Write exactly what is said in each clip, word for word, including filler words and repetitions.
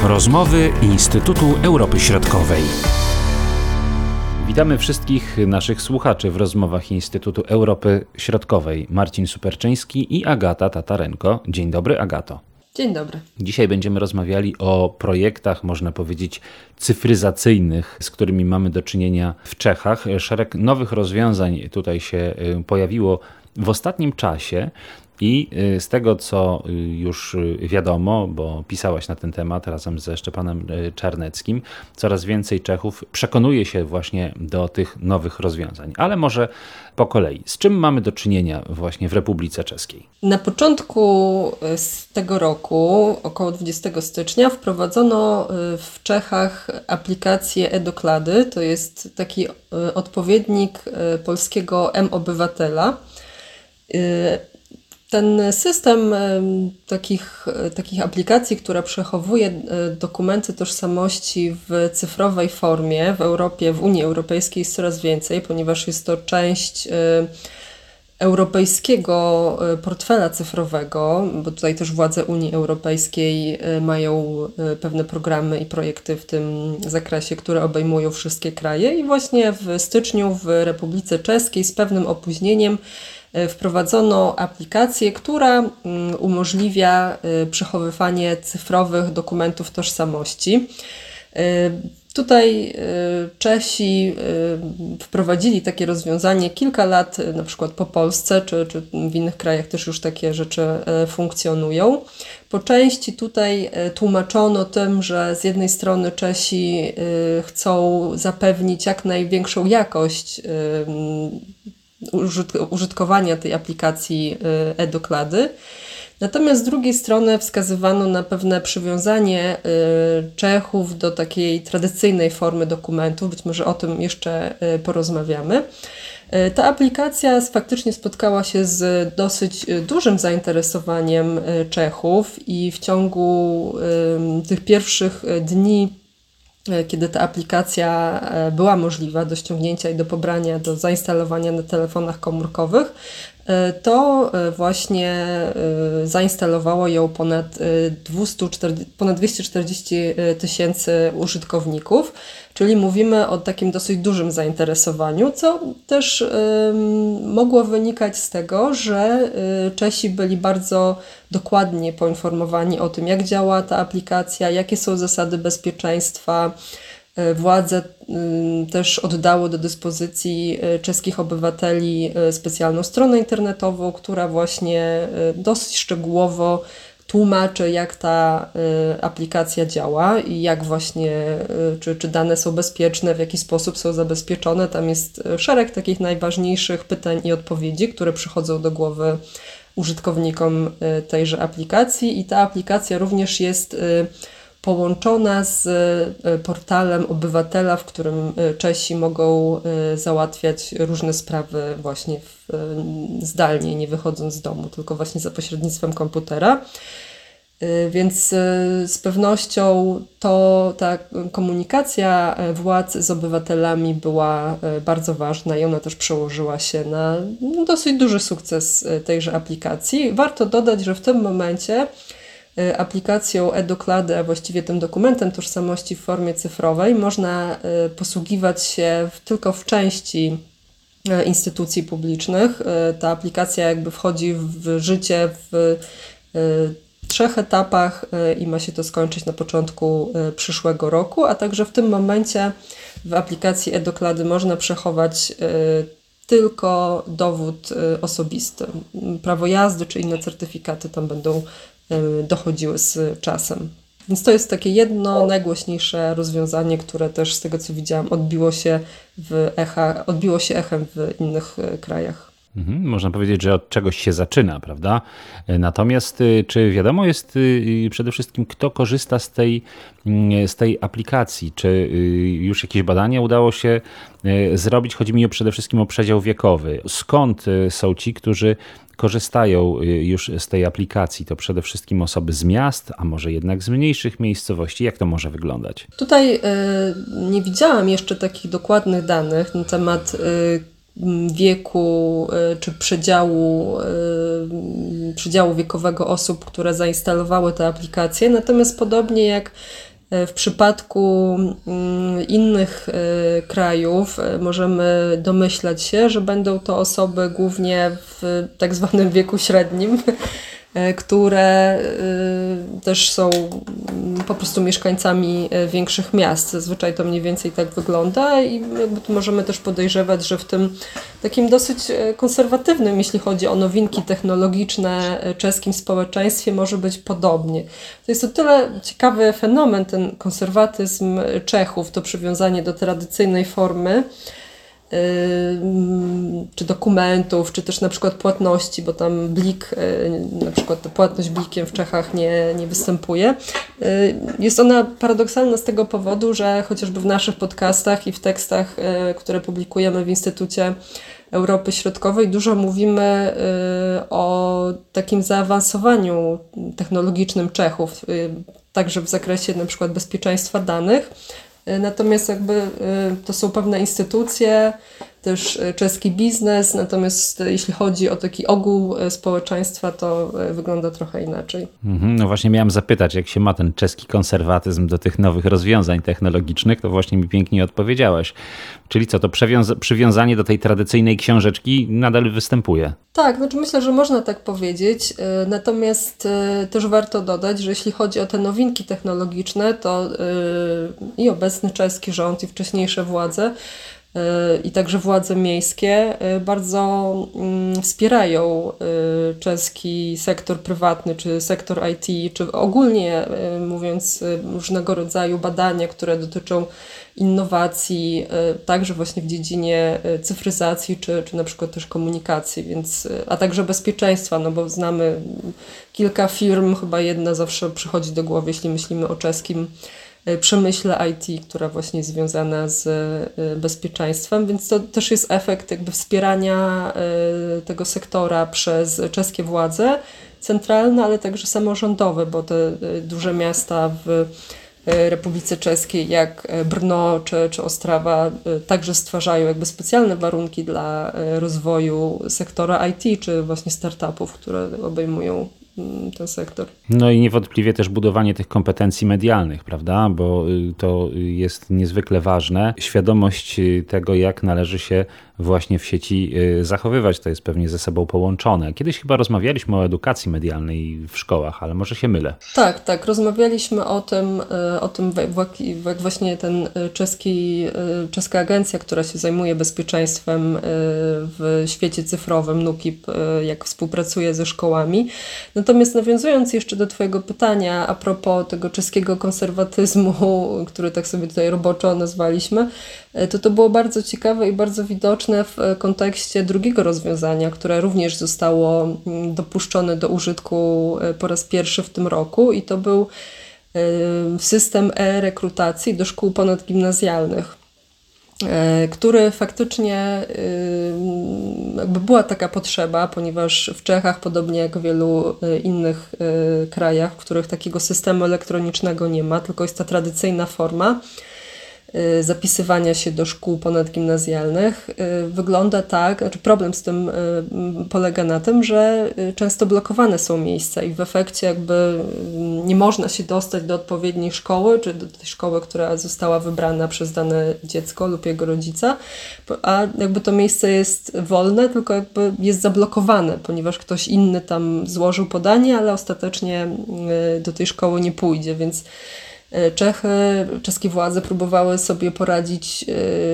Rozmowy Instytutu Europy Środkowej. Witamy wszystkich naszych słuchaczy w rozmowach Instytutu Europy Środkowej. Marcin Superczyński i Agata Tatarenko. Dzień dobry, Agato. Dzień dobry. Dzisiaj będziemy rozmawiali o projektach, można powiedzieć, cyfryzacyjnych, z którymi mamy do czynienia w Czechach. Szereg nowych rozwiązań tutaj się pojawiło w ostatnim czasie. I z tego, co już wiadomo, bo pisałaś na ten temat razem ze Szczepanem Czarneckim, coraz więcej Czechów przekonuje się właśnie do tych nowych rozwiązań. Ale może po kolei. Z czym mamy do czynienia właśnie w Republice Czeskiej? Na początku z tego roku, około dwudziestego stycznia, wprowadzono w Czechach aplikację e-Doklady. To jest taki odpowiednik polskiego M-Obywatela. Ten system takich, takich aplikacji, która przechowuje dokumenty tożsamości w cyfrowej formie w Europie, w Unii Europejskiej jest coraz więcej, ponieważ jest to część europejskiego portfela cyfrowego, bo tutaj też władze Unii Europejskiej mają pewne programy i projekty w tym zakresie, które obejmują wszystkie kraje i właśnie w styczniu w Republice Czeskiej z pewnym opóźnieniem wprowadzono aplikację, która umożliwia przechowywanie cyfrowych dokumentów tożsamości. Tutaj Czesi wprowadzili takie rozwiązanie kilka lat, na przykład po Polsce, czy, czy w innych krajach też już takie rzeczy funkcjonują. Po części tutaj tłumaczono tym, że z jednej strony Czesi chcą zapewnić jak największą jakość użytkowania tej aplikacji e-Doklady. Natomiast z drugiej strony wskazywano na pewne przywiązanie Czechów do takiej tradycyjnej formy dokumentów. Być może o tym jeszcze porozmawiamy. Ta aplikacja faktycznie spotkała się z dosyć dużym zainteresowaniem Czechów i w ciągu tych pierwszych dni, kiedy ta aplikacja była możliwa do ściągnięcia i do pobrania, do zainstalowania na telefonach komórkowych, to właśnie zainstalowało ją ponad, dwieście czterdzieści tysięcy użytkowników, czyli mówimy o takim dosyć dużym zainteresowaniu, co też mogło wynikać z tego, że Czesi byli bardzo dokładnie poinformowani o tym, jak działa ta aplikacja, jakie są zasady bezpieczeństwa. Władze też oddały do dyspozycji czeskich obywateli specjalną stronę internetową, która właśnie dosyć szczegółowo tłumaczy, jak ta aplikacja działa i jak właśnie, czy, czy dane są bezpieczne, w jaki sposób są zabezpieczone. Tam jest szereg takich najważniejszych pytań i odpowiedzi, które przychodzą do głowy użytkownikom tejże aplikacji i ta aplikacja również jest połączona z portalem obywatela, w którym Czesi mogą załatwiać różne sprawy właśnie w, zdalnie, nie wychodząc z domu, tylko właśnie za pośrednictwem komputera. Więc z pewnością to ta komunikacja władz z obywatelami była bardzo ważna i ona też przełożyła się na dosyć duży sukces tejże aplikacji. Warto dodać, że w tym momencie aplikacją e-Doklady, a właściwie tym dokumentem tożsamości w formie cyfrowej można posługiwać się tylko w części instytucji publicznych. Ta aplikacja jakby wchodzi w życie w trzech etapach i ma się to skończyć na początku przyszłego roku, a także w tym momencie w aplikacji e-Doklady można przechować tylko dowód osobisty. Prawo jazdy czy inne certyfikaty tam będą dochodziły z czasem. Więc to jest takie jedno najgłośniejsze rozwiązanie, które też z tego co widziałam odbiło się w echa, odbiło się echem w innych krajach. Mhm, można powiedzieć, że od czegoś się zaczyna, prawda? Natomiast czy wiadomo jest przede wszystkim, kto korzysta z tej, z tej aplikacji? Czy już jakieś badania udało się zrobić? Chodzi mi przede wszystkim o przedział wiekowy. Skąd są ci, którzy korzystają już z tej aplikacji? To przede wszystkim osoby z miast, a może jednak z mniejszych miejscowości. Jak to może wyglądać? Tutaj nie widziałam jeszcze takich dokładnych danych na temat wieku czy przedziału, przedziału wiekowego osób, które zainstalowały tę aplikację. Natomiast podobnie jak W przypadku innych krajów możemy domyślać się, że będą to osoby głównie w tak zwanym wieku średnim, które też są po prostu mieszkańcami większych miast. Zazwyczaj to mniej więcej tak wygląda i jakby tu możemy też podejrzewać, że w tym takim dosyć konserwatywnym, jeśli chodzi o nowinki technologiczne, czeskim społeczeństwie może być podobnie. To jest o tyle ciekawy fenomen, ten konserwatyzm Czechów, to przywiązanie do tradycyjnej formy, czy dokumentów, czy też na przykład płatności, bo tam blik, na przykład ta płatność blikiem w Czechach nie, nie występuje. Jest ona paradoksalna z tego powodu, że chociażby w naszych podcastach i w tekstach, które publikujemy w Instytucie Europy Środkowej, dużo mówimy o takim zaawansowaniu technologicznym Czechów, także w zakresie na przykład bezpieczeństwa danych. Natomiast jakby to są pewne instytucje, też czeski biznes, natomiast jeśli chodzi o taki ogół społeczeństwa, to wygląda trochę inaczej. Mhm, no właśnie miałem zapytać, jak się ma ten czeski konserwatyzm do tych nowych rozwiązań technologicznych, to właśnie mi pięknie odpowiedziałeś. Czyli co, to przywiąza- przywiązanie do tej tradycyjnej książeczki nadal występuje? Tak, znaczy myślę, że można tak powiedzieć, natomiast też warto dodać, że jeśli chodzi o te nowinki technologiczne, to i obecny czeski rząd, i wcześniejsze władze, i także władze miejskie bardzo wspierają czeski sektor prywatny, czy sektor I T, czy ogólnie mówiąc różnego rodzaju badania, które dotyczą innowacji, także właśnie w dziedzinie cyfryzacji, czy, czy na przykład też komunikacji, więc, a także bezpieczeństwa, no bo znamy kilka firm, chyba jedna zawsze przychodzi do głowy, jeśli myślimy o czeskim przemyśle I T, która właśnie jest związana z bezpieczeństwem, więc to też jest efekt jakby wspierania tego sektora przez czeskie władze centralne, ale także samorządowe, bo te duże miasta w Republice Czeskiej jak Brno czy, czy Ostrawa także stwarzają jakby specjalne warunki dla rozwoju sektora I T, czy właśnie startupów, które obejmują ten sektor. No i niewątpliwie też budowanie tych kompetencji medialnych, prawda? Bo to jest niezwykle ważne. Świadomość tego, jak należy się właśnie w sieci zachowywać, to jest pewnie ze sobą połączone. Kiedyś chyba rozmawialiśmy o edukacji medialnej w szkołach, ale może się mylę. Tak, tak. Rozmawialiśmy o tym, o tym jak właśnie ten czeski, czeska agencja, która się zajmuje bezpieczeństwem w świecie cyfrowym, NUKIP, jak współpracuje ze szkołami. Natomiast nawiązując jeszcze do Twojego pytania a propos tego czeskiego konserwatyzmu, który tak sobie tutaj roboczo nazwaliśmy, to to było bardzo ciekawe i bardzo widoczne w kontekście drugiego rozwiązania, które również zostało dopuszczone do użytku po raz pierwszy w tym roku i to był system e-rekrutacji do szkół ponadgimnazjalnych, który faktycznie jakby była taka potrzeba, ponieważ w Czechach, podobnie jak w wielu innych krajach, w których takiego systemu elektronicznego nie ma, tylko jest ta tradycyjna forma zapisywania się do szkół ponadgimnazjalnych, wygląda tak, znaczy problem z tym polega na tym, że często blokowane są miejsca i w efekcie jakby nie można się dostać do odpowiedniej szkoły, czy do tej szkoły, która została wybrana przez dane dziecko lub jego rodzica, a jakby to miejsce jest wolne, tylko jakby jest zablokowane, ponieważ ktoś inny tam złożył podanie, ale ostatecznie do tej szkoły nie pójdzie, więc Czechy, czeskie władze próbowały sobie poradzić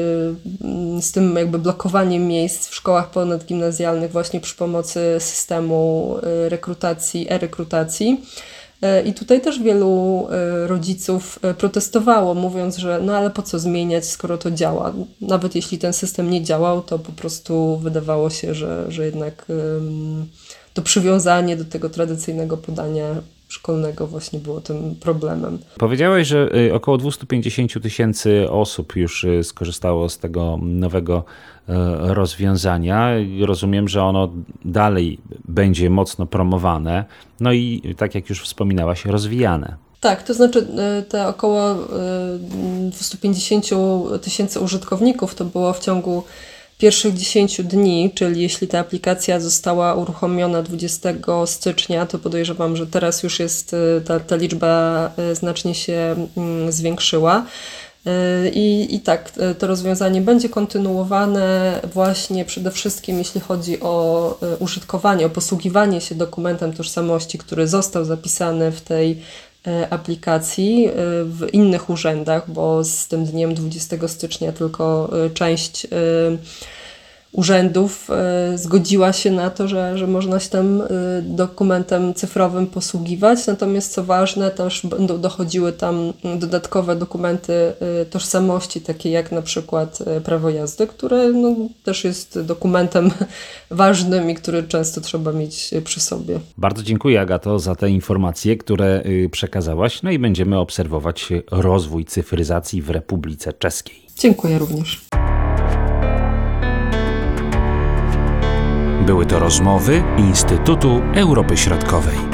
z tym jakby blokowaniem miejsc w szkołach ponadgimnazjalnych właśnie przy pomocy systemu rekrutacji, e-rekrutacji. I tutaj też wielu rodziców protestowało, mówiąc, że no ale po co zmieniać, skoro to działa. Nawet jeśli ten system nie działał, to po prostu wydawało się, że, że jednak to przywiązanie do tego tradycyjnego podania szkolnego właśnie było tym problemem. Powiedziałeś, że około dwieście pięćdziesiąt tysięcy osób już skorzystało z tego nowego rozwiązania. Rozumiem, że ono dalej będzie mocno promowane, no i tak jak już wspominałaś, rozwijane. Tak, to znaczy te około dwieście pięćdziesiąt tysięcy użytkowników to było w ciągu pierwszych dziesięciu dni, czyli jeśli ta aplikacja została uruchomiona dwudziestego stycznia, to podejrzewam, że teraz już jest ta, ta liczba znacznie się zwiększyła. I, I tak, to rozwiązanie będzie kontynuowane właśnie przede wszystkim jeśli chodzi o użytkowanie, o posługiwanie się dokumentem tożsamości, który został zapisany w tej aplikacji w innych urzędach, bo z tym dniem dwudziestego stycznia tylko część urzędów zgodziła się na to, że, że można się tym dokumentem cyfrowym posługiwać. Natomiast co ważne, też będą dochodziły tam dodatkowe dokumenty tożsamości, takie jak na przykład prawo jazdy, które no, też jest dokumentem ważnym i który często trzeba mieć przy sobie. Bardzo dziękuję, Agato, za te informacje, które przekazałaś. No i będziemy obserwować rozwój cyfryzacji w Republice Czeskiej. Dziękuję również. Były to rozmowy Instytutu Europy Środkowej.